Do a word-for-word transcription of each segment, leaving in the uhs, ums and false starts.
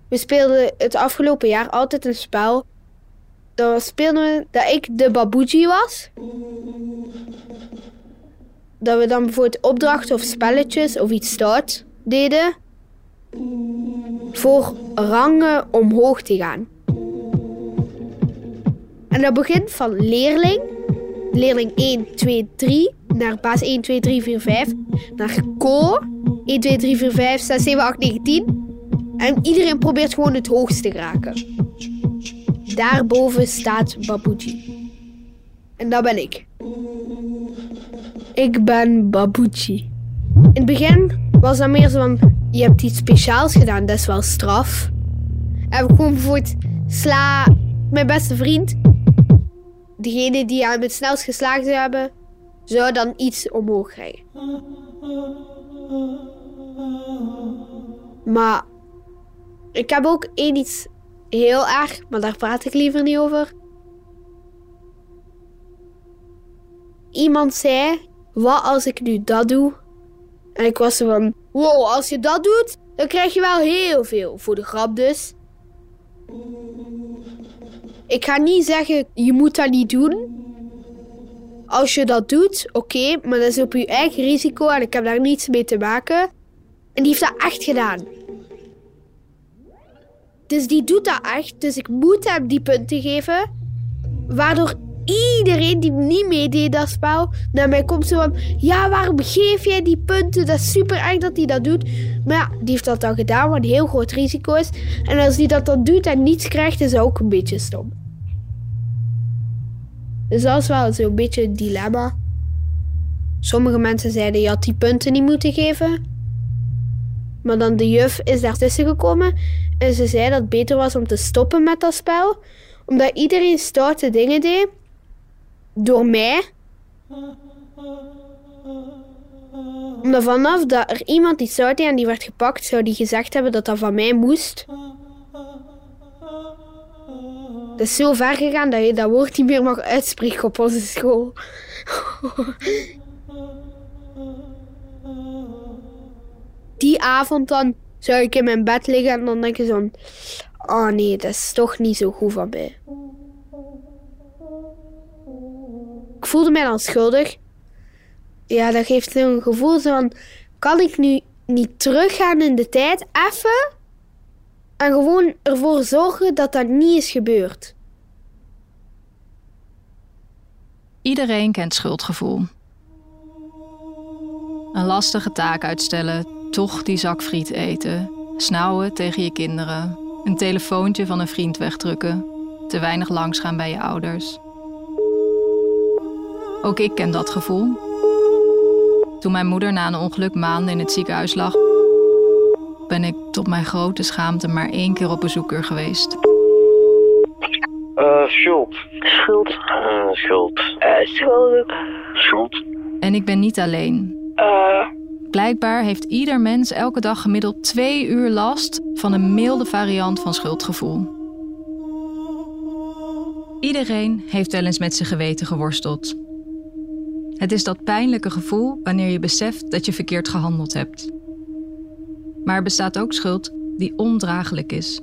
We speelden het afgelopen jaar altijd een spel. Dan speelden we dat ik de baboeji was. Dat we dan bijvoorbeeld opdrachten of spelletjes of iets stout deden. Voor rangen omhoog te gaan. En dat begint van leerling. Leerling één, twee, drie. Naar baas één, twee, drie, vier, vijf. Naar ko. één, twee, drie, vier, vijf, zes, zeven, acht, negen, tien. En iedereen probeert gewoon het hoogste te raken. Daarboven staat baboeji. En dat ben ik. Ik ben baboeji. In het begin was dat meer zo van... Je hebt iets speciaals gedaan, dat is wel straf. Heb ik gewoon bijvoorbeeld... Sla mijn beste vriend. Degene die aan het snelst geslagen zou hebben... Zou dan iets omhoog krijgen. Maar... Ik heb ook één iets heel erg... Maar daar praat ik liever niet over. Iemand zei... Wat als ik nu dat doe? En ik was zo van... Wow, als je dat doet... Dan krijg je wel heel veel. Voor de grap dus. Ik ga niet zeggen... Je moet dat niet doen. Als je dat doet, oké. Okay, maar dat is op je eigen risico. En ik heb daar niets mee te maken. En die heeft dat echt gedaan. Dus die doet dat echt. Dus ik moet hem die punten geven. Waardoor... Iedereen die niet meedeed dat spel, naar mij komt zo van... Ja, waarom geef jij die punten? Dat is super erg dat hij dat doet. Maar ja, die heeft dat dan gedaan, wat een heel groot risico is. En als hij dat dan doet en niets krijgt, is dat ook een beetje stom. Dus dat is wel zo'n beetje een dilemma. Sommige mensen zeiden, je had die punten niet moeten geven. Maar dan de juf is daartussen gekomen. En ze zei dat het beter was om te stoppen met dat spel. Omdat iedereen stoute dingen deed. Door mij. Omdat vanaf dat er iemand die stout deed en die werd gepakt, zou die gezegd hebben dat dat van mij moest. Dat is zo ver gegaan dat je dat woord niet meer mag uitspreken op onze school. Die avond dan zou ik in mijn bed liggen en dan denk je zo... Oh nee, dat is toch niet zo goed van mij. Ik voelde mij dan schuldig. Ja, dat geeft zo'n gevoel van... Kan ik nu niet teruggaan in de tijd, even? En gewoon ervoor zorgen dat dat niet is gebeurd. Iedereen kent schuldgevoel. Een lastige taak uitstellen, toch die zak friet eten... Snauwen tegen je kinderen... Een telefoontje van een vriend wegdrukken. Te weinig langsgaan bij je ouders. Ook ik ken dat gevoel. Toen mijn moeder na een ongeluk maanden in het ziekenhuis lag... ben ik tot mijn grote schaamte maar één keer op bezoeker geweest. Uh, schuld. Schuld. Uh, schuld. Uh, schuld. Schuld. En ik ben niet alleen. Uh... Blijkbaar heeft ieder mens elke dag gemiddeld twee uur last van een milde variant van schuldgevoel. Iedereen heeft wel eens met zijn geweten geworsteld. Het is dat pijnlijke gevoel wanneer je beseft dat je verkeerd gehandeld hebt. Maar er bestaat ook schuld die ondraaglijk is.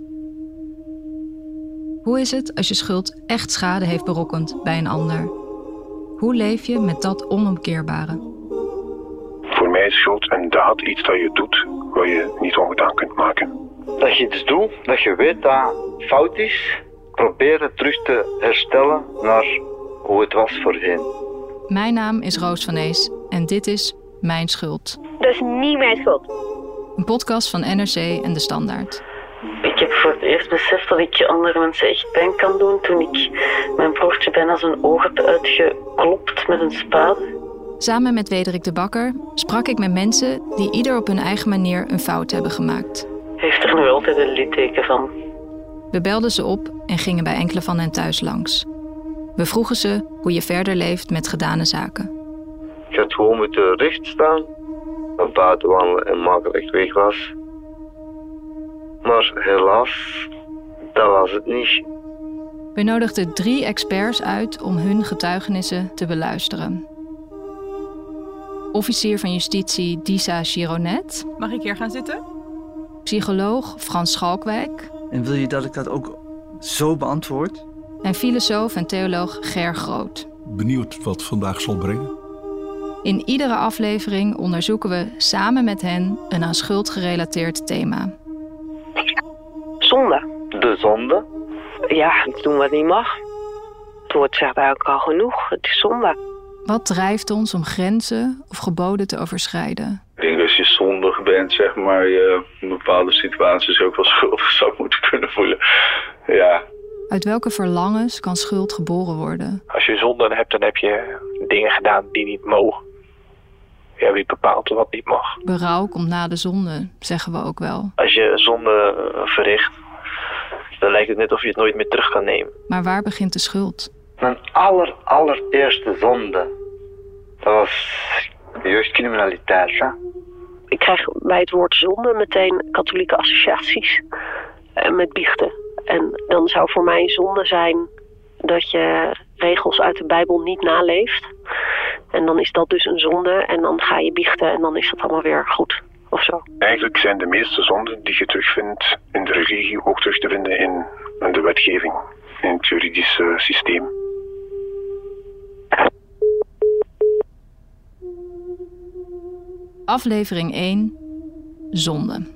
Hoe is het als je schuld echt schade heeft berokkend bij een ander? Hoe leef je met dat onomkeerbare? Voor mij is schuld een daad iets dat je doet wat je niet ongedaan kunt maken. Dat je iets doet, dat je weet dat fout is, proberen terug te herstellen naar hoe het was voorheen. Mijn naam is Roos van Ees en dit is Mijn Schuld. Dat is niet mijn schuld. Een podcast van N R C en De Standaard. Ik heb voor het eerst beseft dat ik andere mensen echt pijn kan doen toen ik mijn broertje bijna zijn oog heb uitgeklopt met een spade. Samen met Wederik de Bakker sprak ik met mensen die ieder op hun eigen manier een fout hebben gemaakt. Heeft er nu altijd een litteken van. We belden ze op en gingen bij enkele van hen thuis langs. We vroegen ze hoe je verder leeft met gedane zaken. Je had gewoon moeten rechtstaan, naar buiten wandelen en maken dat ik weg was. Maar helaas, dat was het niet. We nodigden drie experts uit om hun getuigenissen te beluisteren. Officier van Justitie Disa Gironet. Mag ik hier gaan zitten? Psycholoog Frans Schalkwijk. En wil je dat ik dat ook zo beantwoord? En filosoof en theoloog Ger Groot. Benieuwd wat vandaag zal brengen. In iedere aflevering onderzoeken we samen met hen een aan schuld gerelateerd thema. Zonde. De zonde. Ja, doen wat niet mag. Het woord zegt eigenlijk al genoeg. Het is zonde. Wat drijft ons om grenzen of geboden te overschrijden? Ik denk als je zondig bent, zeg maar, je in bepaalde situaties ook wel schuldig zou moeten kunnen voelen. Ja. Uit welke verlangens kan schuld geboren worden? Als je zonde hebt, dan heb je dingen gedaan die niet mogen. Ja, wie bepaalt wat niet mag. Berouw komt na de zonde, zeggen we ook wel. Als je zonde verricht, dan lijkt het net of je het nooit meer terug kan nemen. Maar waar begint de schuld? Mijn aller, allereerste zonde, dat was jeugdcriminaliteit. Hè? Ik krijg bij het woord zonde meteen katholieke associaties en met biechten. En dan zou voor mij zonde zijn dat je regels uit de Bijbel niet naleeft. En dan is dat dus een zonde en dan ga je biechten en dan is dat allemaal weer goed of zo. Eigenlijk zijn de meeste zonden die je terugvindt in de religie ook terug te vinden in de wetgeving, in het juridische systeem. Aflevering één. Zonde.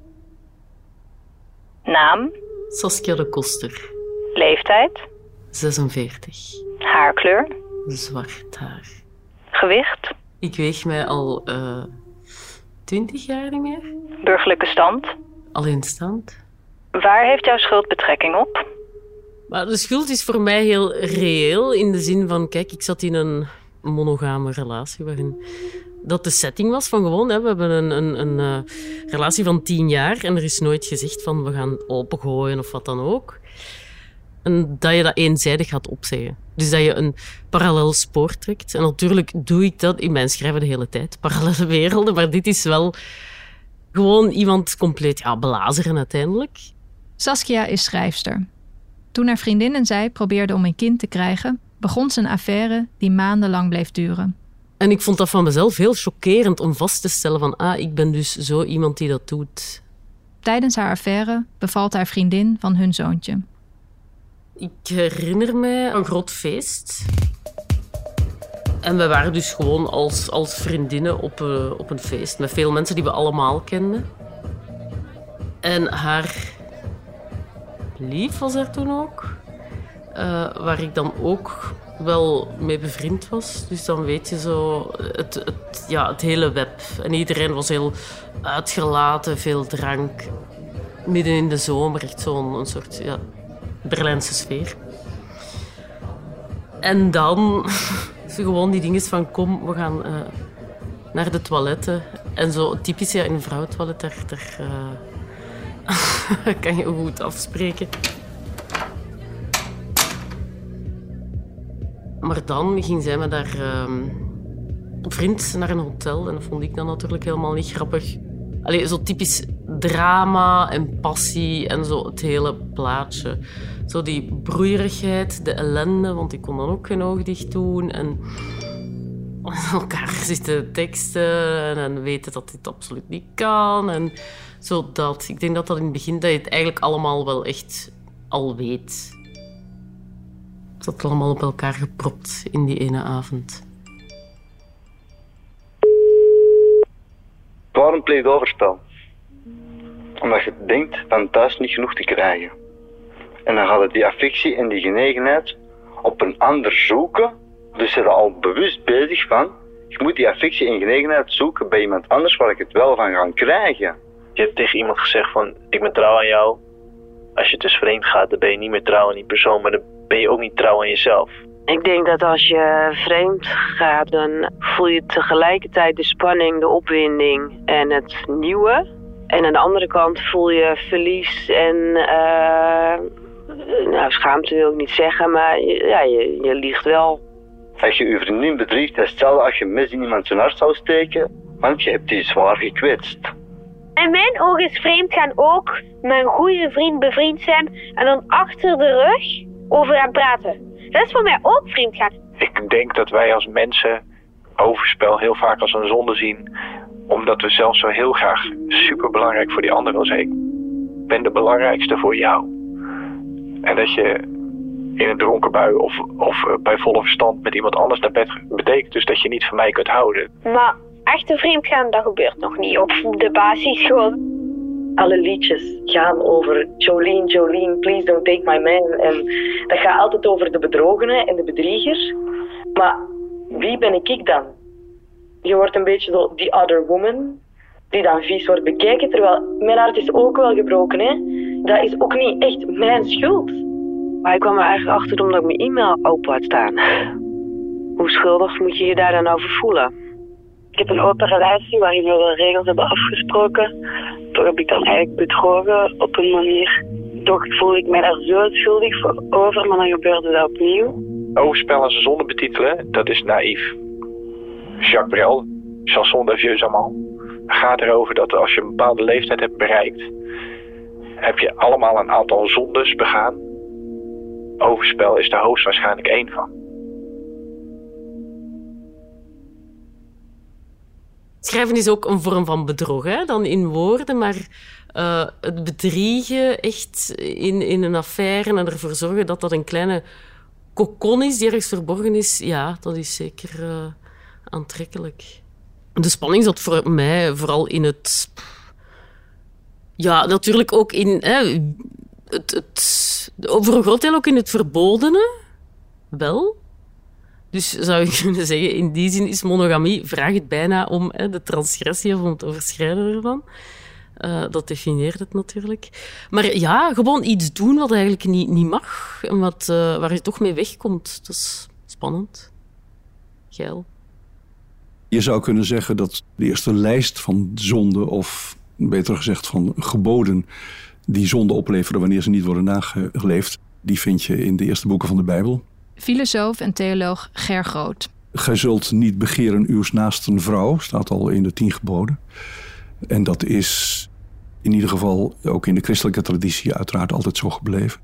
Naam? Saskia de Koster. Leeftijd? zesenveertig. Haarkleur? Zwart haar. Gewicht? Ik weeg mij al uh, twintig jaar niet meer. Burgerlijke stand? Alleenstaand. Waar heeft jouw schuld betrekking op? Maar de schuld is voor mij heel reëel in de zin van, kijk, ik zat in een monogame relatie waarin dat de setting was van gewoon, hè, we hebben een, een, een uh, relatie van tien jaar en er is nooit gezegd van we gaan opengooien of wat dan ook. En dat je dat eenzijdig gaat opzeggen. Dus dat je een parallel spoor trekt. En natuurlijk doe ik dat in mijn schrijven de hele tijd. Parallele werelden. Maar dit is wel gewoon iemand compleet ja, belazeren uiteindelijk. Saskia is schrijfster. Toen haar vriendinnen zij probeerde om een kind te krijgen, begon ze een affaire die maandenlang bleef duren. En ik vond dat van mezelf heel chockerend om vast te stellen van ah, ik ben dus zo iemand die dat doet. Tijdens haar affaire bevalt haar vriendin van hun zoontje. Ik herinner mij een groot feest. En we waren dus gewoon als, als vriendinnen op, uh, op een feest met veel mensen die we allemaal kenden. En haar lief was er toen ook. Uh, waar ik dan ook wel mee bevriend was. Dus dan weet je zo het, het, ja, het hele web. En iedereen was heel uitgelaten, veel drank. Midden in de zomer, echt zo'n een soort ja, Berlijnse sfeer. En dan gewoon die dingen van kom, we gaan uh, naar de toiletten. En zo typisch ja, in een vrouwentoilet, daar, daar uh, kan je goed afspreken. Maar dan ging zij met haar uh, vriend naar een hotel. En dat vond ik dan natuurlijk helemaal niet grappig. Allee, zo typisch drama en passie en zo het hele plaatje. Zo die broeierigheid, de ellende, want ik kon dan ook geen oog dicht doen. En elkaar zitten teksten en weten dat dit absoluut niet kan. En zo dat. Ik denk dat dat in het begin, dat je het eigenlijk allemaal wel echt al weet. Het zat allemaal op elkaar gepropt in die ene avond. Waarom pleeg je overspel? Omdat je denkt van thuis niet genoeg te krijgen. En dan gaat het die affectie en die genegenheid op een ander zoeken. Dus je bent al bewust bezig van, ik moet die affectie en genegenheid zoeken bij iemand anders waar ik het wel van ga krijgen. Je hebt tegen iemand gezegd van, ik ben trouw aan jou. Als je dus vreemd gaat, dan ben je niet meer trouw aan die persoon, maar dan ben je ook niet trouw aan jezelf. Ik denk dat als je vreemd gaat, dan voel je tegelijkertijd de spanning, de opwinding en het nieuwe. En aan de andere kant voel je verlies en, uh, nou schaamte wil ik niet zeggen, maar ja, je, je liegt wel. Als je je vriendin bedriegt, is hetzelfde als je mes in iemand zijn hart zou steken, want je hebt die zwaar gekwetst. In mijn ogen is vreemd gaan ook met een goede vriend bevriend zijn en dan achter de rug over gaan praten. Dat is voor mij ook vreemd gaan. Ik denk dat wij als mensen overspel heel vaak als een zonde zien, omdat we zelf zo heel graag superbelangrijk voor die ander wil zijn. ben de belangrijkste voor jou. En dat je in een dronken bui of, of uh, bij volle verstand met iemand anders naar bed betekent dus dat je niet van mij kunt houden. Maar echte vreemdgaan, dat gebeurt nog niet op de basisschool. Alle liedjes gaan over Jolene, Jolene, please don't take my man. En dat gaat altijd over de bedrogene en de bedrieger. Maar wie ben ik dan? Je wordt een beetje zo the other woman, die dan vies wordt bekeken, terwijl mijn hart is ook wel gebroken, hè. Dat is ook niet echt mijn schuld. Maar ik kwam er eigenlijk achter omdat ik mijn e-mail open had staan. Hoe schuldig moet je je daar dan over voelen? Ik heb een open relatie waarin we wel regels hebben afgesproken. Toch heb ik dan eigenlijk bedrogen op een manier. Toch voel ik mij daar zo schuldig voor over, maar dan gebeurde dat opnieuw. Overspel als een zonde betitelen, dat is naïef. Jacques Brel, Chanson de Vieux Amants, gaat erover dat als je een bepaalde leeftijd hebt bereikt, heb je allemaal een aantal zondes begaan. Overspel is er hoogstwaarschijnlijk één van. Schrijven is ook een vorm van bedrog, hè? Dan in woorden, maar uh, het bedriegen echt in, in een affaire en ervoor zorgen dat dat een kleine kokon is die ergens verborgen is, ja, dat is zeker uh, aantrekkelijk. De spanning zat voor mij vooral in het... Ja, natuurlijk ook in... Hè, het, het, voor een groot deel ook in het verbodene, wel. Dus zou je kunnen zeggen, in die zin is monogamie, vraagt het bijna om hè, de transgressie of om het overschrijden ervan. Uh, dat definieert het natuurlijk. Maar ja, gewoon iets doen wat eigenlijk niet, niet mag en wat, uh, waar je toch mee wegkomt. Dat is spannend. Geil. Je zou kunnen zeggen dat de eerste lijst van zonden, of beter gezegd van geboden, die zonden opleveren wanneer ze niet worden nageleefd, die vind je in de eerste boeken van de Bijbel. Filosoof en theoloog Ger Groot. Gij zult niet begeren uws naasten vrouw, staat al in de tien geboden. En dat is in ieder geval ook in de christelijke traditie uiteraard altijd zo gebleven.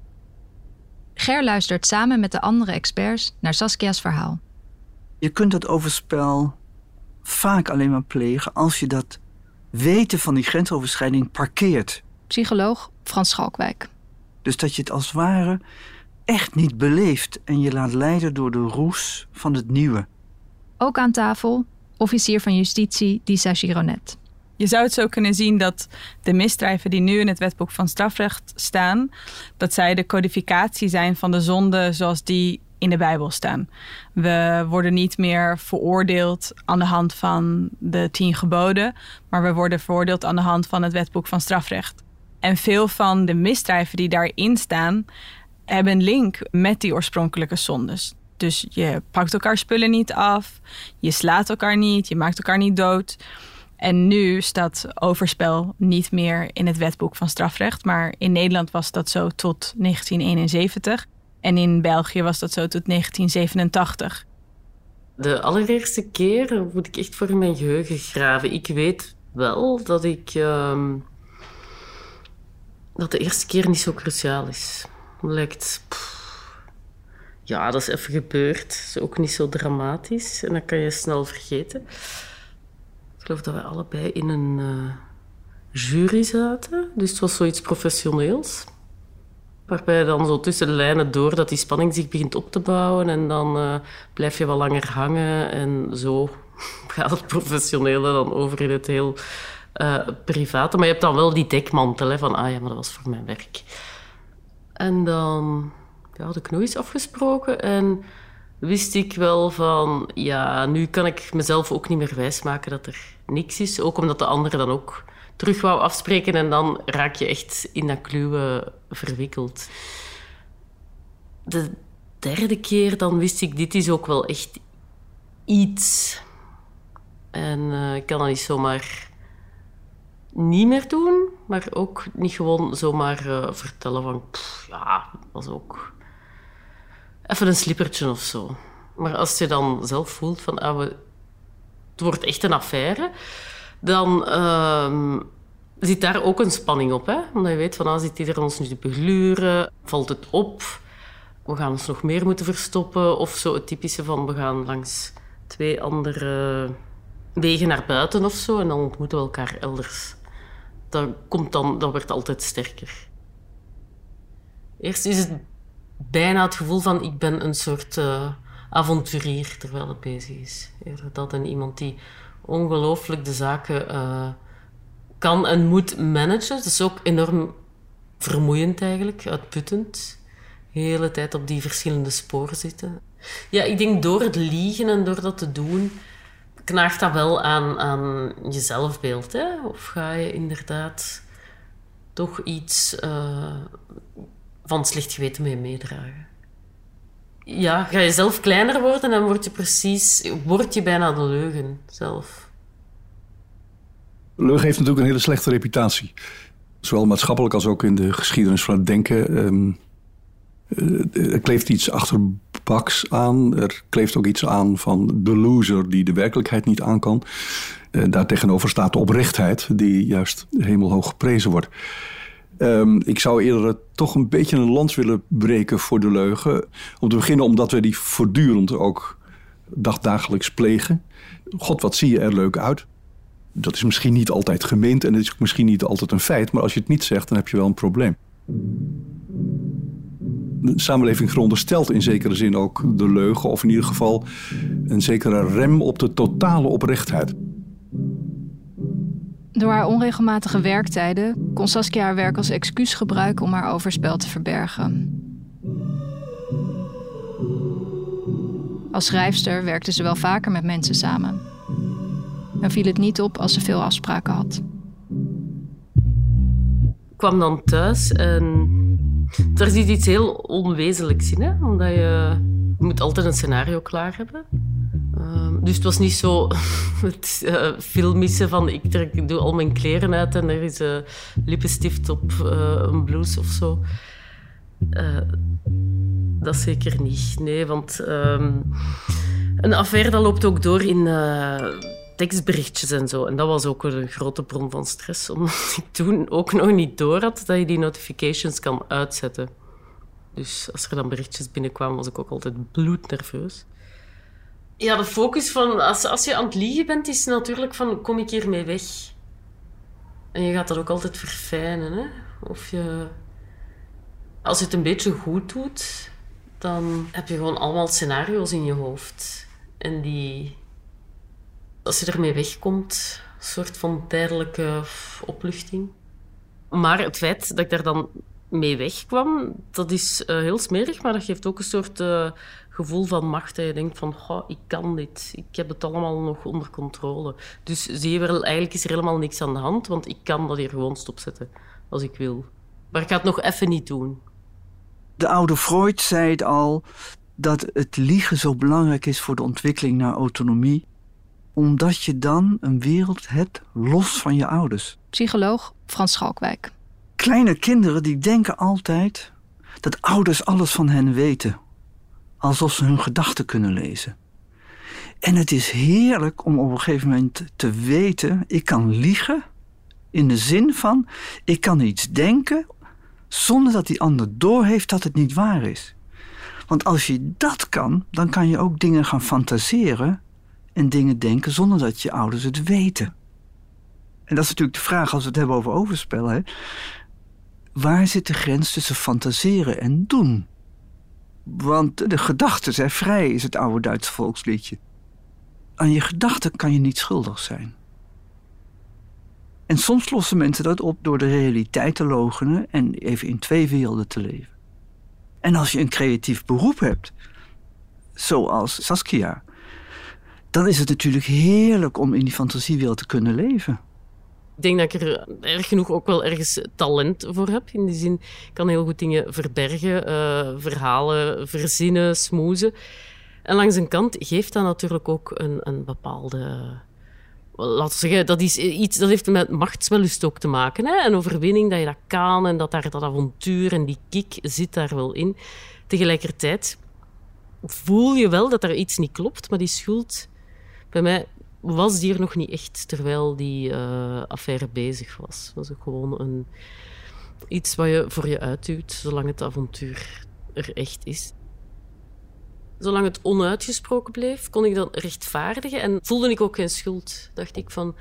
Ger luistert samen met de andere experts naar Saskia's verhaal. Je kunt dat overspel vaak alleen maar plegen als je dat weten van die grensoverschrijding parkeert. Psycholoog Frans Schalkwijk. Dus dat je het als het ware echt niet beleeft en je laat leiden door de roes van het nieuwe. Ook aan tafel officier van justitie Disa Gironet. Je zou het zo kunnen zien dat de misdrijven die nu in het wetboek van strafrecht staan, dat zij de codificatie zijn van de zonden zoals die in de Bijbel staan. We worden niet meer veroordeeld aan de hand van de tien geboden, maar we worden veroordeeld aan de hand van het wetboek van strafrecht. En veel van de misdrijven die daarin staan, hebben een link met die oorspronkelijke zondes. Dus je pakt elkaar spullen niet af, je slaat elkaar niet, je maakt elkaar niet dood. En nu staat overspel niet meer in het wetboek van strafrecht, maar in Nederland was dat zo tot negentien eenenzeventig. En in België was dat zo tot negentien zevenentachtig. De allereerste keer moet ik echt voor mijn geheugen graven. Ik weet wel dat ik... Uh, dat de eerste keer niet zo cruciaal is. Het lijkt... Pff, ja, dat is even gebeurd. Dat is ook niet zo dramatisch. En dat kan je snel vergeten. Ik geloof dat we allebei in een uh, jury zaten. Dus het was zoiets professioneels. Waarbij dan zo tussen de lijnen door dat die spanning zich begint op te bouwen. En dan uh, blijf je wel langer hangen. En zo gaat het professionele dan over in het heel uh, private. Maar je hebt dan wel die dekmantel hè, van... Ah ja, maar dat was voor mijn werk. En dan ja, had ik nog eens afgesproken. En wist ik wel van... Ja, nu kan ik mezelf ook niet meer wijsmaken dat er niks is. Ook omdat de andere dan ook terug wou afspreken en dan raak je echt in dat kluwe verwikkeld. De derde keer dan wist ik, dit is ook wel echt iets. En uh, ik kan dat niet zomaar niet meer doen, maar ook niet gewoon zomaar uh, vertellen van, pff, ja, dat was ook even een slippertje of zo. Maar als je dan zelf voelt van, ah, we, het wordt echt een affaire, dan uh, zit daar ook een spanning op. Hè? Omdat je weet van, ah, zit iedereen ons nu te begluren? Valt het op? We gaan ons nog meer moeten verstoppen. Of zo het typische van, we gaan langs twee andere wegen naar buiten of zo. En dan ontmoeten we elkaar elders. dat, komt dan, dat wordt altijd sterker. Eerst is het bijna het gevoel van ik ben een soort uh, avonturier terwijl het bezig is. Eerder dat en iemand die ongelooflijk de zaken uh, kan en moet managen. Dat is ook enorm vermoeiend eigenlijk, uitputtend. De hele tijd op die verschillende sporen zitten. Ja, ik denk door het liegen en door dat te doen, knaagt dat wel aan, aan je zelfbeeld. Hè? Of ga je inderdaad toch iets uh, van slecht geweten mee meedragen? Ja, ga je zelf kleiner worden en word je precies, word je bijna de leugen zelf. Leugen heeft natuurlijk een hele slechte reputatie. Zowel maatschappelijk als ook in de geschiedenis van het denken. Um, uh, er kleeft iets achterbaks aan. Er kleeft ook iets aan van de loser die de werkelijkheid niet aan kan. Uh, daartegenover staat de oprechtheid die juist hemelhoog geprezen wordt. Um, ik zou eerder toch een beetje een lans willen breken voor de leugen. Om te beginnen omdat we die voortdurend ook dagdagelijks plegen. God, wat zie je er leuk uit. Dat is misschien niet altijd gemeend en het is misschien niet altijd een feit. Maar als je het niet zegt, dan heb je wel een probleem. De samenleving veronderstelt in zekere zin ook de leugen. Of in ieder geval een zekere rem op de totale oprechtheid. Door haar onregelmatige werktijden kon Saskia haar werk als excuus gebruiken om haar overspel te verbergen. Als schrijfster werkte ze wel vaker met mensen samen. En viel het niet op als ze veel afspraken had. Ik kwam dan thuis en er zit iets heel onwezenlijks in, hè? Omdat je, je moet altijd een scenario klaar hebben. Uh, dus het was niet zo het uh, filmische van ik, trek, ik doe al mijn kleren uit en er is uh, lippenstift op uh, een blouse of zo. Uh, dat zeker niet, nee, want uh, een affaire dat loopt ook door in uh, tekstberichtjes en zo. En dat was ook een grote bron van stress, omdat ik toen ook nog niet door had dat je die notifications kan uitzetten. Dus als er dan berichtjes binnenkwamen, was ik ook altijd bloednerveus. Ja, de focus van als, als je aan het liegen bent, is natuurlijk van kom ik hiermee weg? En je gaat dat ook altijd verfijnen, hè? Of je... Als je het een beetje goed doet, dan heb je gewoon allemaal scenario's in je hoofd. En die... Als je ermee wegkomt, een soort van tijdelijke opluchting. Maar het feit dat ik daar dan mee wegkwam, dat is uh, heel smerig, maar dat geeft ook een soort uh, gevoel van macht. Dat je denkt van, oh, ik kan dit. Ik heb het allemaal nog onder controle. Dus zie je wel, eigenlijk is er helemaal niks aan de hand, want ik kan dat hier gewoon stopzetten als ik wil. Maar ik ga het nog even niet doen. De oude Freud zei het al, dat het liegen zo belangrijk is voor de ontwikkeling naar autonomie, omdat je dan een wereld hebt los van je ouders. Psycholoog Frans Schalkwijk. Kleine kinderen die denken altijd dat ouders alles van hen weten. Alsof ze hun gedachten kunnen lezen. En het is heerlijk om op een gegeven moment te weten, ik kan liegen in de zin van, ik kan iets denken zonder dat die ander doorheeft dat het niet waar is. Want als je dat kan, dan kan je ook dingen gaan fantaseren en dingen denken zonder dat je ouders het weten. En dat is natuurlijk de vraag als we het hebben over overspel. Hè? Waar zit de grens tussen fantaseren en doen? Want de gedachten zijn vrij, is het oude Duitse volksliedje. Aan je gedachten kan je niet schuldig zijn. En soms lossen mensen dat op door de realiteit te loochenen en even in twee werelden te leven. En als je een creatief beroep hebt, zoals Saskia, dan is het natuurlijk heerlijk om in die fantasiewereld te kunnen leven. Ik denk dat ik er erg genoeg ook wel ergens talent voor heb. In die zin, ik kan heel goed dingen verbergen, uh, verhalen, verzinnen, smoezen. En langs een kant geeft dat natuurlijk ook een, een bepaalde... Laten we zeggen, dat, is iets, dat heeft met machtswellust ook te maken. Hè? Een overwinning, dat je dat kan en dat daar dat avontuur en die kick zit daar wel in. Tegelijkertijd voel je wel dat er iets niet klopt, maar die schuld... Bij mij was die er nog niet echt terwijl die uh, affaire bezig was. Het was ook gewoon een, iets wat je voor je uitduwt, zolang het avontuur er echt is. Zolang het onuitgesproken bleef, kon ik dat rechtvaardigen en voelde ik ook geen schuld. Dacht ik van,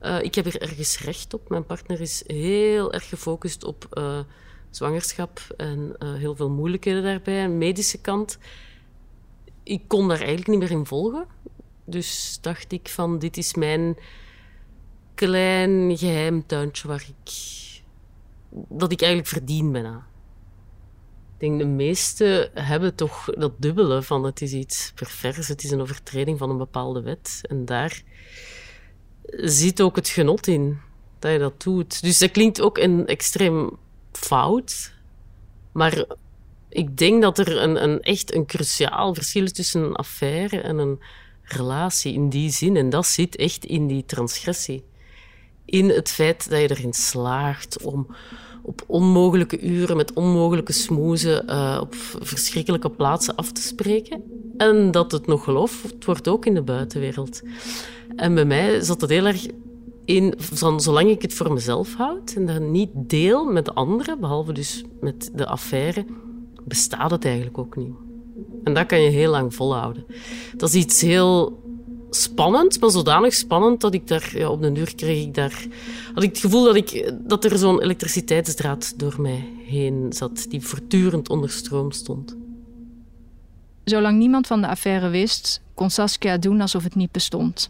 Uh, ik heb er ergens recht op. Mijn partner is heel erg gefocust op uh, zwangerschap en uh, heel veel moeilijkheden daarbij. Een medische kant. Ik kon daar eigenlijk niet meer in volgen. Dus dacht ik van, dit is mijn klein geheim tuintje waar ik, dat ik eigenlijk verdien bijna. Ik denk de meesten hebben toch dat dubbele van het is iets pervers, het is een overtreding van een bepaalde wet. En daar zit ook het genot in, dat je dat doet. Dus dat klinkt ook een extreem fout, maar ik denk dat er een, een echt een cruciaal verschil is tussen een affaire en een relatie in die zin. En dat zit echt in die transgressie. In het feit dat je erin slaagt om op onmogelijke uren met onmogelijke smoezen uh, op verschrikkelijke plaatsen af te spreken. En dat het nog geloofd wordt ook in de buitenwereld. En bij mij zat het heel erg in, zolang ik het voor mezelf houd en dat niet deel met anderen, behalve dus met de affaire, bestaat het eigenlijk ook niet. En dat kan je heel lang volhouden. Dat is iets heel spannend, maar zodanig spannend dat ik daar, ja, op den duur kreeg ik daar, had ik het gevoel dat, ik, dat er zo'n elektriciteitsdraad door mij heen zat, die voortdurend onder stroom stond. Zolang niemand van de affaire wist, kon Saskia doen alsof het niet bestond.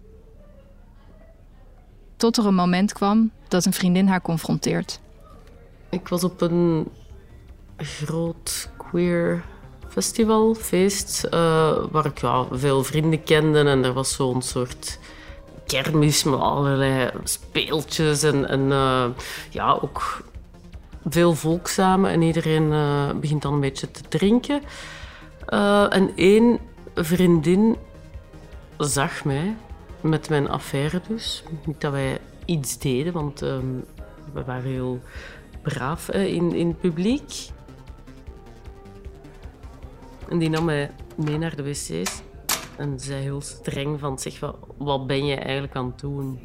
Tot er een moment kwam dat een vriendin haar confronteert. Ik was op een groot queer festival, feest, uh, waar ik ja, veel vrienden kende. En er was zo'n soort kermis met allerlei speeltjes en, en uh, ja, ook veel volk samen. En iedereen uh, begint dan een beetje te drinken. Uh, en één vriendin zag mij, met mijn affaire dus. Niet dat wij iets deden, want uh, we waren heel braaf uh, in, in het publiek. En die nam mij mee naar de wc's en zei heel streng van, zeg, wat, wat ben je eigenlijk aan het doen?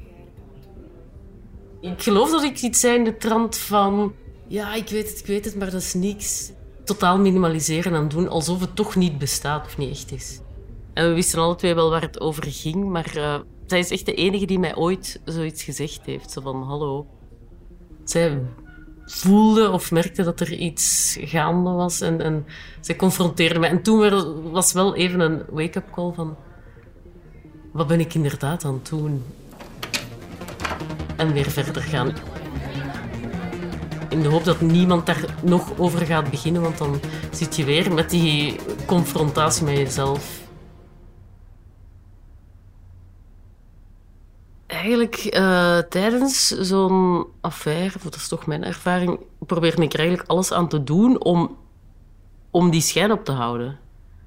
Ik geloof dat ik iets zei in de trant van, ja, ik weet het, ik weet het, maar dat is niks. Totaal minimaliseren en doen alsof het toch niet bestaat of niet echt is. En we wisten alle twee wel waar het over ging, maar uh, zij is echt de enige die mij ooit zoiets gezegd heeft. Zo van, hallo. Zij voelde of merkte dat er iets gaande was en, en zij confronteerde mij. En toen was wel even een wake-up call van, wat ben ik inderdaad aan het doen? En weer verder gaan. In de hoop dat niemand daar nog over gaat beginnen, want dan zit je weer met die confrontatie met jezelf. Eigenlijk uh, tijdens zo'n affaire, dat is toch mijn ervaring, probeerde ik er eigenlijk alles aan te doen om, om die schijn op te houden.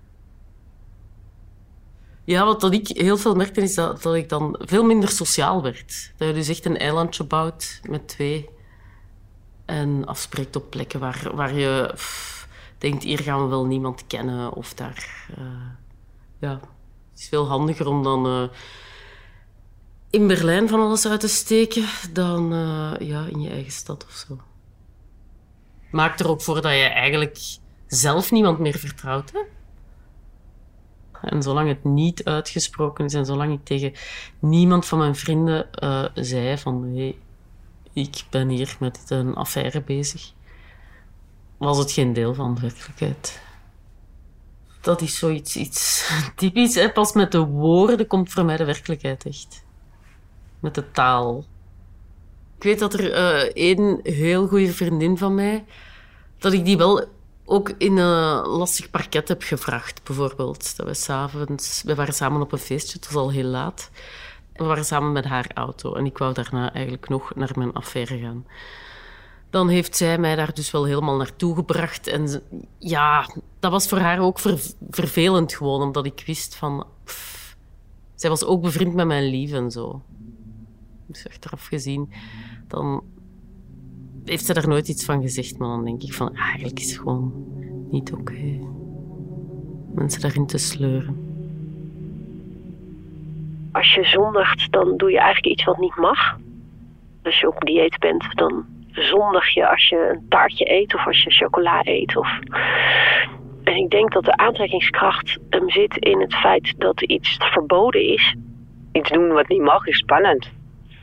Ja, wat dat ik heel veel merkte is dat, dat ik dan veel minder sociaal werd. Dat je dus echt een eilandje bouwt met twee en afspreekt op plekken waar, waar je pff, denkt, hier gaan we wel niemand kennen of daar... Uh, ja, het is veel handiger om dan... Uh, in Berlijn van alles uit te steken dan uh, ja, in je eigen stad of zo. Maak er ook voor dat je eigenlijk zelf niemand meer vertrouwt. Hè? En zolang het niet uitgesproken is en zolang ik tegen niemand van mijn vrienden uh, zei van hey, ik ben hier met een affaire bezig, was het geen deel van de werkelijkheid. Dat is zoiets iets typisch. Hè? Pas met de woorden komt voor mij de werkelijkheid echt. Met de taal. Ik weet dat er uh, één heel goede vriendin van mij, dat ik die wel ook in een lastig parket heb gevraagd, bijvoorbeeld. Dat we s'avonds, we waren samen op een feestje, het was al heel laat. We waren samen met haar auto en ik wou daarna eigenlijk nog naar mijn affaire gaan. Dan heeft zij mij daar dus wel helemaal naartoe gebracht. En ja, dat was voor haar ook ver, vervelend gewoon, omdat ik wist van... Pff, zij was ook bevriend met mijn lief en zo. Dus achteraf gezien, dan heeft ze daar nooit iets van gezegd. Maar dan denk ik van, ah, eigenlijk is het gewoon niet oké. Okay. Mensen daarin te sleuren. Als je zondigt, dan doe je eigenlijk iets wat niet mag. Als je op dieet bent, dan zondig je als je een taartje eet of als je chocola eet. Of... En ik denk dat de aantrekkingskracht hem zit in het feit dat iets verboden is. Iets doen wat niet mag is spannend. Ik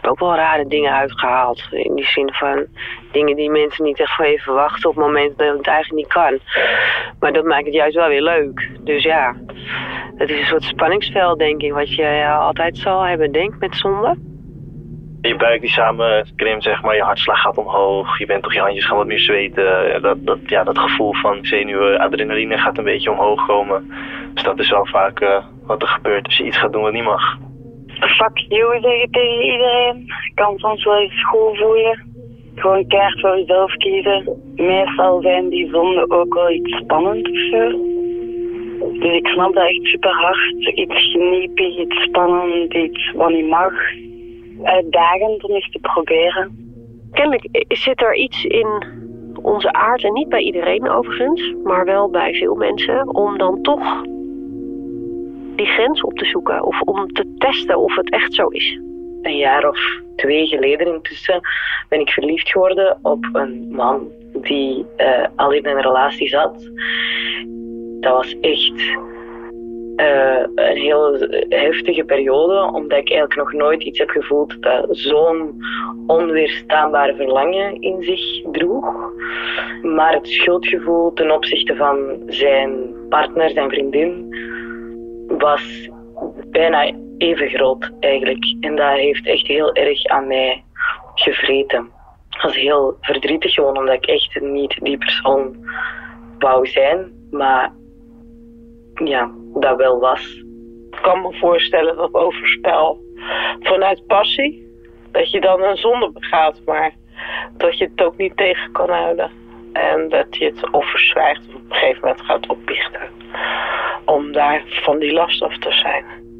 heb ook wel rare dingen uitgehaald. In die zin van dingen die mensen niet echt van je verwachten op het moment dat het eigenlijk niet kan. Maar dat maakt het juist wel weer leuk. Dus ja, het is een soort spanningsveld, denk ik, wat je ja, altijd zal hebben, denk met zonde. Je buik die samen krimpt, zeg maar, je hartslag gaat omhoog, je bent toch, je handjes gaan wat meer zweten. Dat, dat, ja, dat gevoel van zenuwen, adrenaline gaat een beetje omhoog komen. Dus dat is wel vaak uh, wat er gebeurt als je iets gaat doen wat niet mag. Fuck you zeggen tegen iedereen. Je kan soms wel eens school voelen. Gewoon keihard voor jezelf kiezen. Meestal zijn die zonden ook wel iets spannend of zo. Dus ik snap dat echt super hard. Iets geniepig, iets spannend, iets wat niet mag. Uitdagend om eens te proberen. Kennelijk zit er iets in onze aard, en niet bij iedereen overigens, maar wel bij veel mensen, om dan toch die grens op te zoeken of om te testen of het echt zo is. Een jaar of twee geleden intussen ben ik verliefd geworden op een man die uh, al in een relatie zat. Dat was echt uh, een heel heftige periode, omdat ik eigenlijk nog nooit iets heb gevoeld dat zo'n onweerstaanbare verlangen in zich droeg. Maar het schuldgevoel ten opzichte van zijn partner, zijn vriendin, was bijna even groot eigenlijk. En dat heeft echt heel erg aan mij gevreten. Dat was heel verdrietig gewoon, omdat ik echt niet die persoon wou zijn. Maar ja, dat wel was. Ik kan me voorstellen dat overspel vanuit passie, dat je dan een zonde begaat, maar dat je het ook niet tegen kan houden. En dat je het of verzwijgt of op een gegeven moment gaat opbiechten. Om daar van die last af te zijn.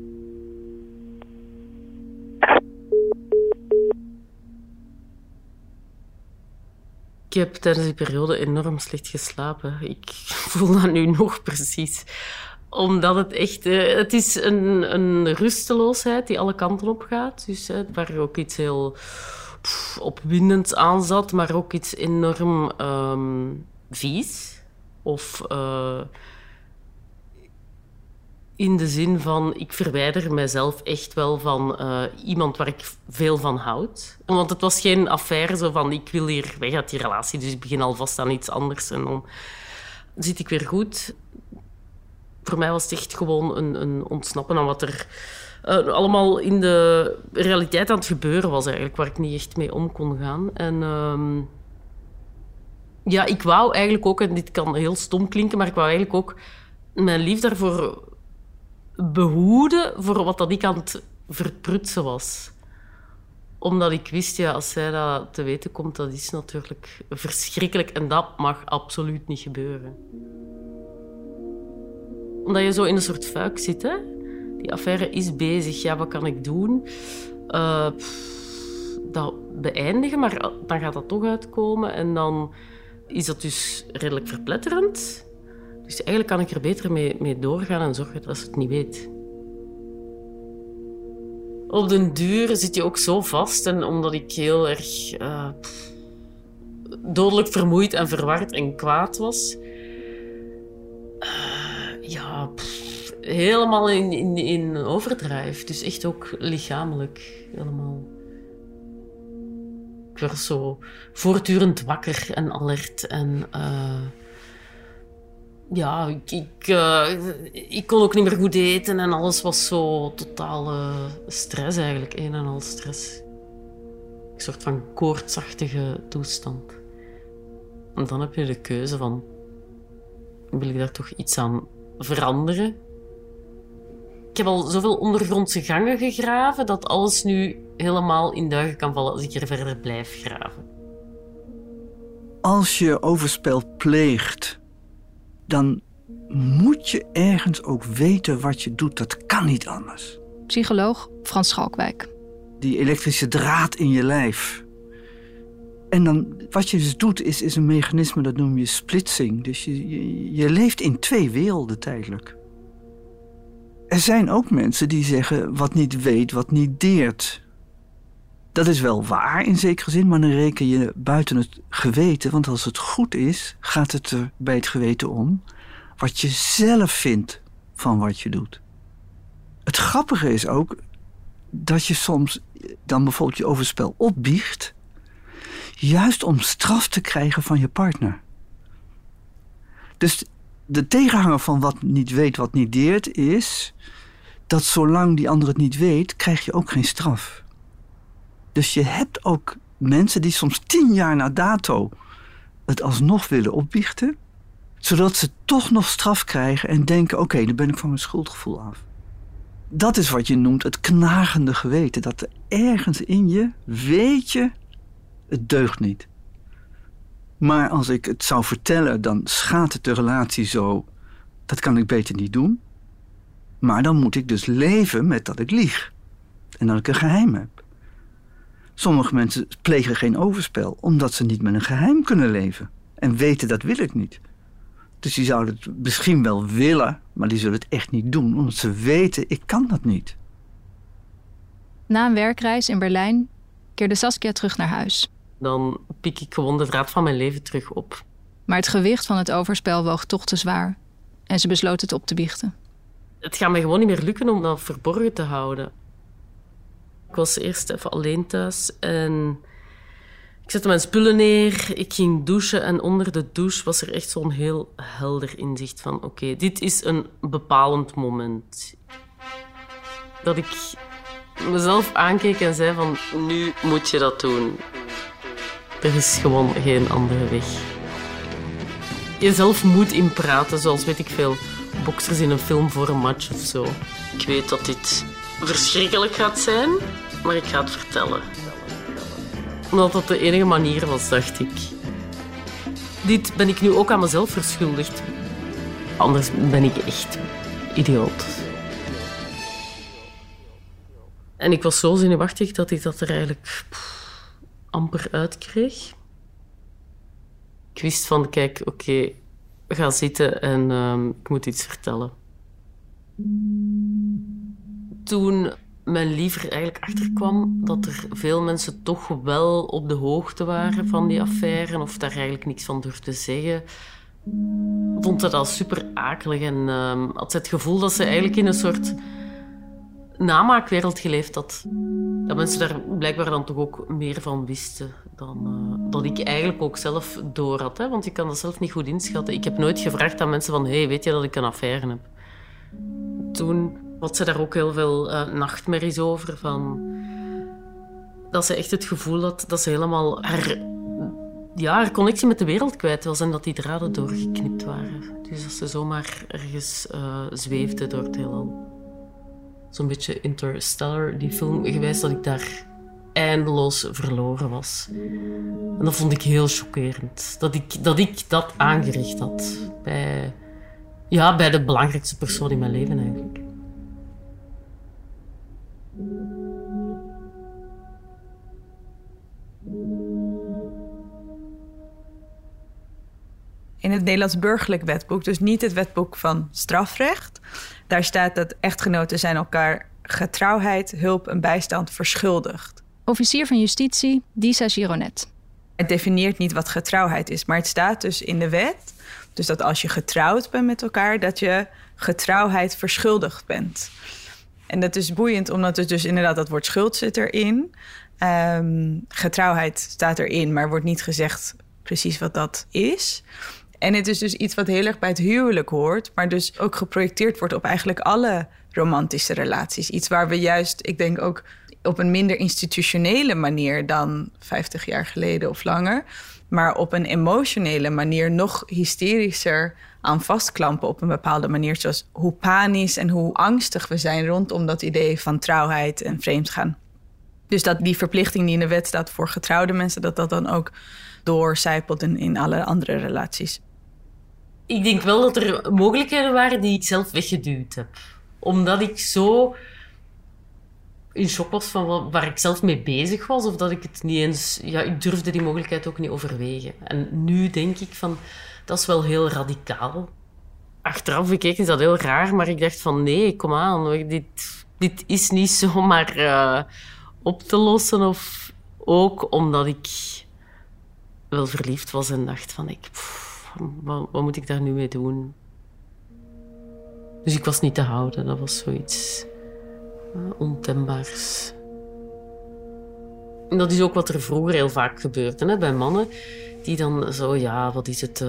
Ik heb tijdens die periode enorm slecht geslapen. Ik voel dat nu nog precies. Omdat het echt... Uh, het is een, een rusteloosheid die alle kanten op gaat. Dus uh, waar ook iets heel pff, opwindends aan zat, maar ook iets enorm um, vies. Of... Uh, in de zin van, ik verwijder mijzelf echt wel van uh, iemand waar ik veel van houd. Want het was geen affaire zo van, ik wil hier weg uit die relatie, dus ik begin alvast aan iets anders en dan zit ik weer goed. Voor mij was het echt gewoon een, een ontsnappen aan wat er uh, allemaal in de realiteit aan het gebeuren was eigenlijk, waar ik niet echt mee om kon gaan. En um, ja, ik wou eigenlijk ook, en dit kan heel stom klinken, maar ik wou eigenlijk ook mijn liefde daarvoor behoeden voor wat dat ik aan het verprutsen was. Omdat ik wist, ja, als zij dat te weten komt, dat is natuurlijk verschrikkelijk en dat mag absoluut niet gebeuren. Omdat je zo in een soort fuik zit, hè. Die affaire is bezig, ja, wat kan ik doen? Uh, pff, dat beëindigen, maar dan gaat dat toch uitkomen en dan is dat dus redelijk verpletterend. Dus eigenlijk kan ik er beter mee, mee doorgaan en zorgen dat ze het niet weet. Op den duur zit je ook zo vast. En omdat ik heel erg uh, pff, dodelijk vermoeid en verward en kwaad was. Uh, ja, pff, helemaal in, in, in overdrive. Dus echt ook lichamelijk helemaal. Ik werd zo voortdurend wakker en alert en... Uh, Ja, ik, ik, uh, ik kon ook niet meer goed eten en alles was zo totale stress eigenlijk, een en al stress. Een soort van koortsachtige toestand. En dan heb je de keuze van, wil ik daar toch iets aan veranderen? Ik heb al zoveel ondergrondse gangen gegraven dat alles nu helemaal in duigen kan vallen als ik er verder blijf graven. Als je overspel pleegt, dan moet je ergens ook weten wat je doet. Dat kan niet anders. Psycholoog Frans Schalkwijk. Die elektrische draad in je lijf. En dan, wat je dus doet, is, is een mechanisme, dat noem je splitsing. Dus je, je, je leeft in twee werelden tijdelijk. Er zijn ook mensen die zeggen, wat niet weet, wat niet deert. Dat is wel waar in zekere zin, maar dan reken je buiten het geweten. Want als het goed is, gaat het er bij het geweten om wat je zelf vindt van wat je doet. Het grappige is ook, dat je soms dan bijvoorbeeld je overspel opbiecht, juist om straf te krijgen van je partner. Dus de tegenhanger van wat niet weet, wat niet deert, is dat zolang die ander het niet weet, krijg je ook geen straf. Dus je hebt ook mensen die soms tien jaar na dato het alsnog willen opbiechten, zodat ze toch nog straf krijgen en denken, oké, okay, dan ben ik van mijn schuldgevoel af. Dat is wat je noemt het knagende geweten. Dat er ergens in je weet je, het deugt niet. Maar als ik het zou vertellen, dan schaadt het de relatie zo. Dat kan ik beter niet doen. Maar dan moet ik dus leven met dat ik lieg. En dat ik een geheim heb. Sommige mensen plegen geen overspel, omdat ze niet met een geheim kunnen leven. En weten, dat wil ik niet. Dus die zouden het misschien wel willen, maar die zullen het echt niet doen. Omdat ze weten, ik kan dat niet. Na een werkreis in Berlijn keerde Saskia terug naar huis. Dan pik ik gewoon de draad van mijn leven terug op. Maar het gewicht van het overspel woog toch te zwaar. En ze besloot het op te biechten. Het gaat me gewoon niet meer lukken om dat verborgen te houden. Ik was eerst even alleen thuis en ik zette mijn spullen neer. Ik ging douchen en onder de douche was er echt zo'n heel helder inzicht van oké, okay, dit is een bepalend moment. Dat ik mezelf aankeek en zei van nu moet je dat doen. Er is gewoon geen andere weg. Jezelf moet inpraten, zoals weet ik veel boksers in een film voor een match of zo. Ik weet dat dit verschrikkelijk gaat zijn, maar ik ga het vertellen. Omdat dat de enige manier was, dacht ik. Dit ben ik nu ook aan mezelf verschuldigd. Anders ben ik echt idioot. En ik was zo zenuwachtig dat ik dat er eigenlijk pff, amper uitkreeg. Ik wist van, kijk, oké, okay, ga zitten en uh, ik moet iets vertellen. Toen mijn liever eigenlijk achterkwam dat er veel mensen toch wel op de hoogte waren van die affaire of daar eigenlijk niks van durfden zeggen, vond ze dat super akelig en uh, had ze het gevoel dat ze eigenlijk in een soort namaakwereld geleefd had. Dat mensen daar blijkbaar dan toch ook meer van wisten dan uh, dat ik eigenlijk ook zelf door had. Hè? Want ik kan dat zelf niet goed inschatten. Ik heb nooit gevraagd aan mensen van hey, weet je dat ik een affaire heb? Toen had ze daar ook heel veel uh, nachtmerries over. Van dat ze echt het gevoel had dat ze helemaal haar, ja, haar connectie met de wereld kwijt was en dat die draden doorgeknipt waren. Dus dat ze zomaar ergens uh, zweefde door het heelal. Zo'n beetje Interstellar, die film geweest, dat ik daar eindeloos verloren was. En dat vond ik heel chockerend. Dat ik dat, ik dat aangericht had bij, ja, bij de belangrijkste persoon in mijn leven eigenlijk. In het Nederlands burgerlijk wetboek, dus niet het wetboek van strafrecht, daar staat dat echtgenoten zijn elkaar getrouwheid, hulp en bijstand verschuldigd. Officier van Justitie, Disa Gironet. Het definieert niet wat getrouwheid is, maar het staat dus in de wet, dus dat als je getrouwd bent met elkaar, dat je getrouwheid verschuldigd bent. En dat is boeiend, omdat het dus inderdaad dat woord schuld zit erin. Um, getrouwheid staat erin, maar wordt niet gezegd precies wat dat is. En het is dus iets wat heel erg bij het huwelijk hoort, maar dus ook geprojecteerd wordt op eigenlijk alle romantische relaties. Iets waar we juist, ik denk ook op een minder institutionele manier dan vijftig jaar geleden of langer, maar op een emotionele manier nog hysterischer aan vastklampen op een bepaalde manier. Zoals hoe panisch en hoe angstig we zijn rondom dat idee van trouwheid en vreemdgaan. Dus dat die verplichting die in de wet staat voor getrouwde mensen, dat dat dan ook doorcijpelt in, in alle andere relaties. Ik denk wel dat er mogelijkheden waren die ik zelf weggeduwd heb. Omdat ik zo in shock was van waar ik zelf mee bezig was. Of dat ik het niet eens... Ja, ik durfde die mogelijkheid ook niet overwegen. En nu denk ik van, dat is wel heel radicaal. Achteraf bekeken is dat heel raar, maar ik dacht van nee, kom aan. Dit, dit is niet zomaar uh, op te lossen. Of ook omdat ik wel verliefd was en dacht van ik... Pff, wat, wat moet ik daar nu mee doen? Dus ik was niet te houden. Dat was zoiets uh, ontembaars. En dat is ook wat er vroeger heel vaak gebeurde, hè, bij mannen. Die dan zo, ja, wat is het... Uh,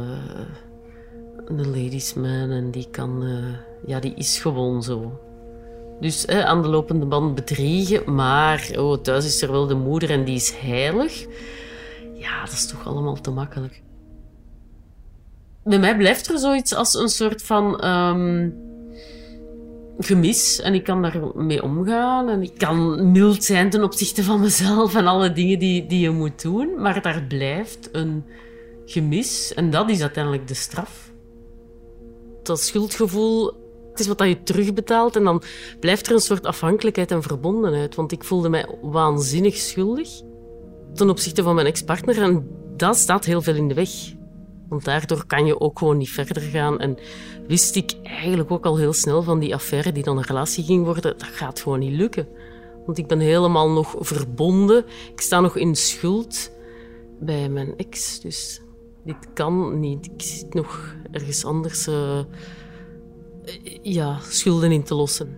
een ladies man en die kan... Uh, ja, die is gewoon zo. Dus hè, aan de lopende band bedriegen, maar oh, thuis is er wel de moeder en die is heilig. Ja, dat is toch allemaal te makkelijk. Bij mij blijft er zoiets als een soort van um, gemis. En ik kan daarmee omgaan. En ik kan mild zijn ten opzichte van mezelf en alle dingen die, die je moet doen. Maar daar blijft een gemis. En dat is uiteindelijk de straf. Dat schuldgevoel, het is wat je terugbetaalt. En dan blijft er een soort afhankelijkheid en verbondenheid. Want ik voelde mij waanzinnig schuldig ten opzichte van mijn ex-partner. En dat staat heel veel in de weg. Want daardoor kan je ook gewoon niet verder gaan. En wist ik eigenlijk ook al heel snel van die affaire die dan een relatie ging worden, dat gaat gewoon niet lukken. Want ik ben helemaal nog verbonden. Ik sta nog in schuld bij mijn ex. Dus dit kan niet. Ik zit nog ergens anders uh, ja, schulden in te lossen.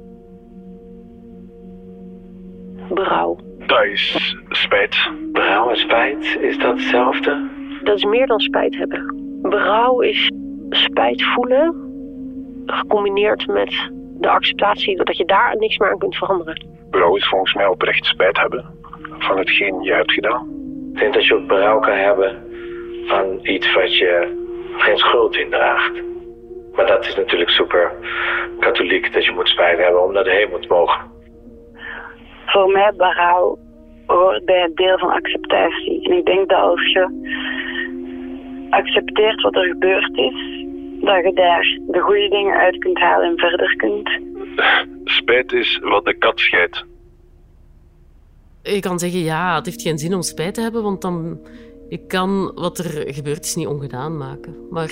Berouw. Dat is spijt. Berouw en spijt, is dat hetzelfde? Dat is meer dan spijt hebben. Berouw is spijt voelen, gecombineerd met de acceptatie dat je daar niks meer aan kunt veranderen. Berouw is volgens mij oprecht spijt hebben van hetgeen je hebt gedaan. Ik denk dat je ook berouw kan hebben van iets wat je geen schuld in draagt. Maar dat is natuurlijk super katholiek, dat je moet spijt hebben om naar de hemel te mogen. Voor mij berouw hoort bij het deel van acceptatie. En ik denk dat als je accepteert wat er gebeurd is, dat je daar de goede dingen uit kunt halen en verder kunt. Spijt is wat de kat scheidt. Je kan zeggen, ja, het heeft geen zin om spijt te hebben, want dan ik kan wat er gebeurd is niet ongedaan maken. Maar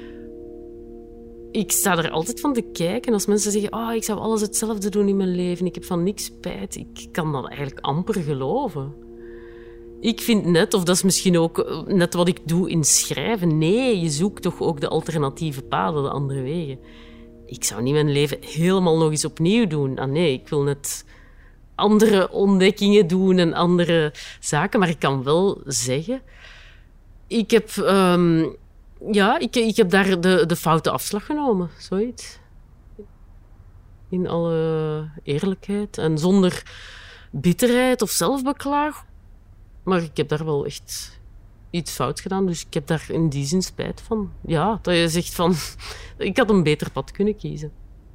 ik sta er altijd van te kijken. Als mensen zeggen, oh, ik zou alles hetzelfde doen in mijn leven, ik heb van niks spijt, ik kan dat eigenlijk amper geloven. Ik vind net, of dat is misschien ook net wat ik doe in schrijven, nee, je zoekt toch ook de alternatieve paden, de andere wegen. Ik zou niet mijn leven helemaal nog eens opnieuw doen. Ah nee, ik wil net andere ontdekkingen doen en andere zaken, maar ik kan wel zeggen, ik heb, um, ja, ik, ik heb daar de, de foute afslag genomen, zoiets. In alle eerlijkheid en zonder bitterheid of zelfbeklag. Maar ik heb daar wel echt iets fout gedaan, dus ik heb daar in die zin spijt van. Ja, dat je zegt van, ik had een beter pad kunnen kiezen.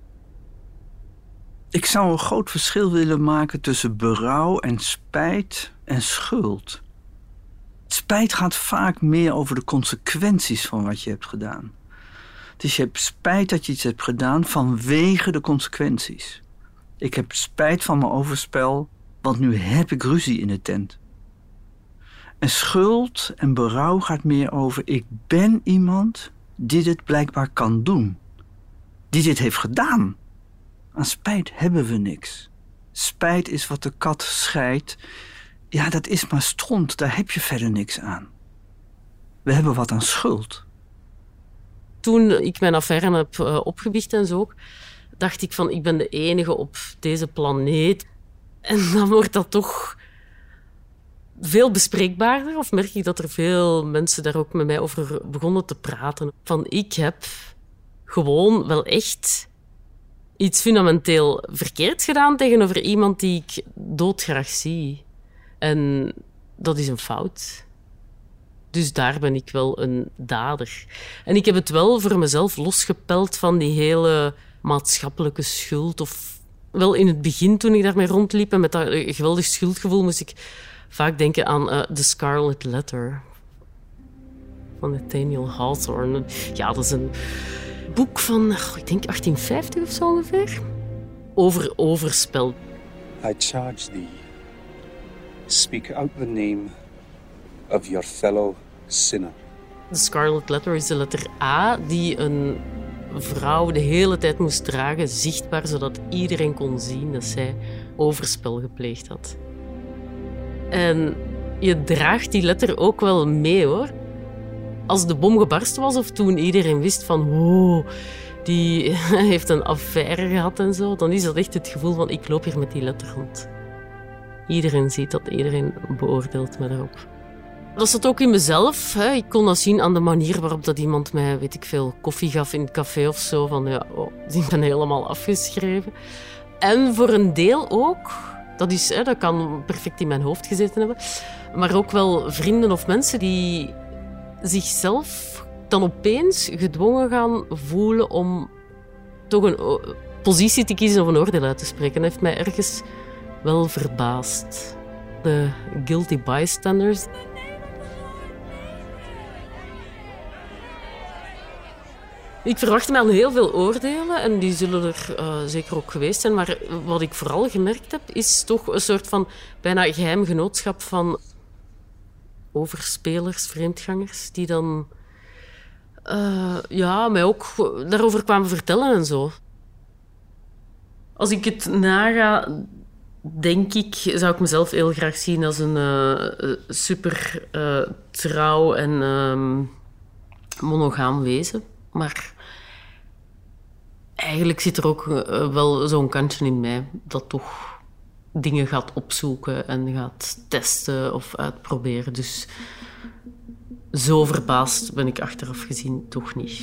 Ik zou een groot verschil willen maken tussen berouw en spijt en schuld. Spijt gaat vaak meer over de consequenties van wat je hebt gedaan. Dus je hebt spijt dat je iets hebt gedaan vanwege de consequenties. Ik heb spijt van mijn overspel, want nu heb ik ruzie in de tent. En schuld en berouw gaat meer over, ik ben iemand die dit blijkbaar kan doen. Die dit heeft gedaan. Aan spijt hebben we niks. Spijt is wat de kat scheidt. Ja, dat is maar stront, daar heb je verder niks aan. We hebben wat aan schuld. Toen ik mijn affaire heb uh, opgebiecht en zo, dacht ik van, ik ben de enige op deze planeet. En dan wordt dat toch veel bespreekbaarder, of merk ik dat er veel mensen daar ook met mij over begonnen te praten. Van, ik heb gewoon wel echt iets fundamenteel verkeerd gedaan tegenover iemand die ik doodgraag zie. En dat is een fout. Dus daar ben ik wel een dader. En ik heb het wel voor mezelf losgepeld van die hele maatschappelijke schuld. Of wel in het begin, toen ik daarmee rondliep en met dat geweldig schuldgevoel, moest ik vaak denken aan uh, The Scarlet Letter van Nathaniel Hawthorne. Ja, dat is een boek van, oh, ik denk achttien vijftig of zo ongeveer. Over overspel. I charge thee, speak out the name of your fellow sinner. The Scarlet Letter is de letter A die een vrouw de hele tijd moest dragen, zichtbaar, zodat iedereen kon zien dat zij overspel gepleegd had. En je draagt die letter ook wel mee, hoor. Als de bom gebarsten was of toen iedereen wist van, wow, die heeft een affaire gehad en zo, dan is dat echt het gevoel van ik loop hier met die letterhond. Iedereen ziet dat, iedereen beoordeelt me daarop. Dat zat ook in mezelf. Hè. Ik kon dat zien aan de manier waarop dat iemand mij, weet ik veel, koffie gaf in het café of zo. Van ja, oh, ik ben helemaal afgeschreven. En voor een deel ook, dat, is, hè, dat kan perfect in mijn hoofd gezeten hebben, maar ook wel vrienden of mensen die zichzelf dan opeens gedwongen gaan voelen om toch een positie te kiezen of een oordeel uit te spreken. Dat heeft mij ergens wel verbaasd. De guilty bystanders. Ik verwachtte mij al heel veel oordelen en die zullen er uh, zeker ook geweest zijn. Maar wat ik vooral gemerkt heb, is toch een soort van bijna geheim genootschap van overspelers, vreemdgangers, die dan uh, ja, mij ook daarover kwamen vertellen en zo. Als ik het naga, denk ik, zou ik mezelf heel graag zien als een uh, super uh, trouw en uh, monogaam wezen. Maar eigenlijk zit er ook uh, wel zo'n kantje in mij dat toch dingen gaat opzoeken en gaat testen of uitproberen. Dus zo verbaasd ben ik achteraf gezien toch niet.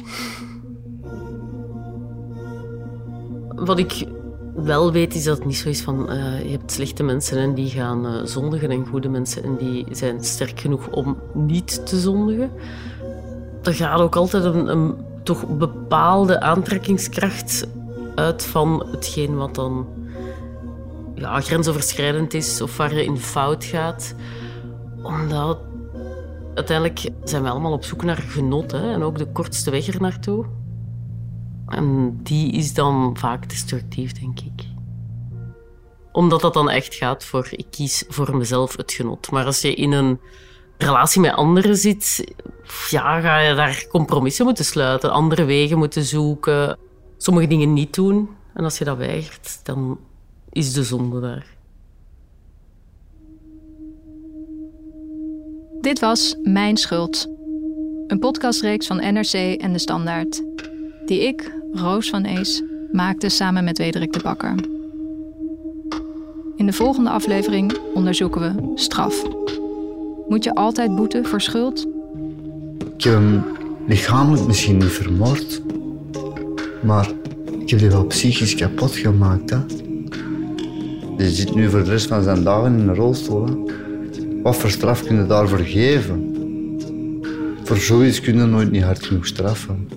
Wat ik wel weet is dat het niet zo is van uh, je hebt slechte mensen en die gaan uh, zondigen en goede mensen en die zijn sterk genoeg om niet te zondigen. Er gaat ook altijd een, een toch bepaalde aantrekkingskracht uit van hetgeen wat dan ja, grensoverschrijdend is of waar je in fout gaat. Omdat uiteindelijk zijn we allemaal op zoek naar genot, hè, en ook de kortste weg er naartoe. En die is dan vaak destructief, denk ik. Omdat dat dan echt gaat voor, ik kies voor mezelf het genot. Maar als je in een relatie met anderen zit, ja, ga je daar compromissen moeten sluiten, andere wegen moeten zoeken, sommige dingen niet doen. En als je dat weigert, dan is de zonde daar. Dit was Mijn Schuld. Een podcastreeks van N R C en De Standaard. Die ik, Roos van Ees, maakte samen met Wederik de Bakker. In de volgende aflevering onderzoeken we straf. Moet je altijd boeten voor schuld? Ik heb hem lichamelijk misschien niet vermoord, maar ik heb die wel psychisch kapot gemaakt. Hè? Die zit nu voor de rest van zijn dagen in een rolstoel. Hè? Wat voor straf kun je daarvoor geven? Voor zoiets kun je nooit niet hard genoeg straffen.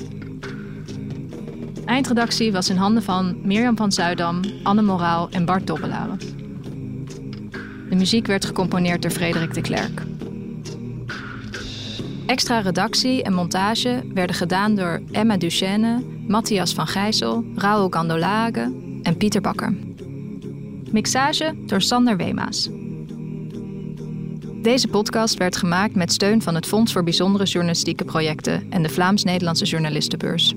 Eindredactie was in handen van Mirjam van Zuidam, Anne Moraal en Bart Dobbelaren. De muziek werd gecomponeerd door Frederik de Klerk. Extra redactie en montage werden gedaan door Emma Duchesne, Matthias van Gijssel, Raoul Gandolage en Pieter Bakker. Mixage door Sander Weemaas. Deze podcast werd gemaakt met steun van het Fonds voor Bijzondere Journalistieke Projecten en de Vlaams-Nederlandse Journalistenbeurs.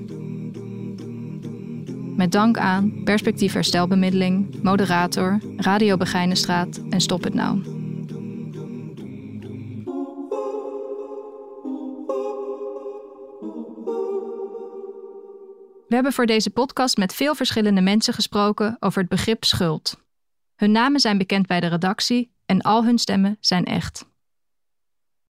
Met dank aan Perspectief Herstelbemiddeling, Moderator, Radio Begijnenstraat en Stop het Nou. We hebben voor deze podcast met veel verschillende mensen gesproken over het begrip schuld. Hun namen zijn bekend bij de redactie en al hun stemmen zijn echt.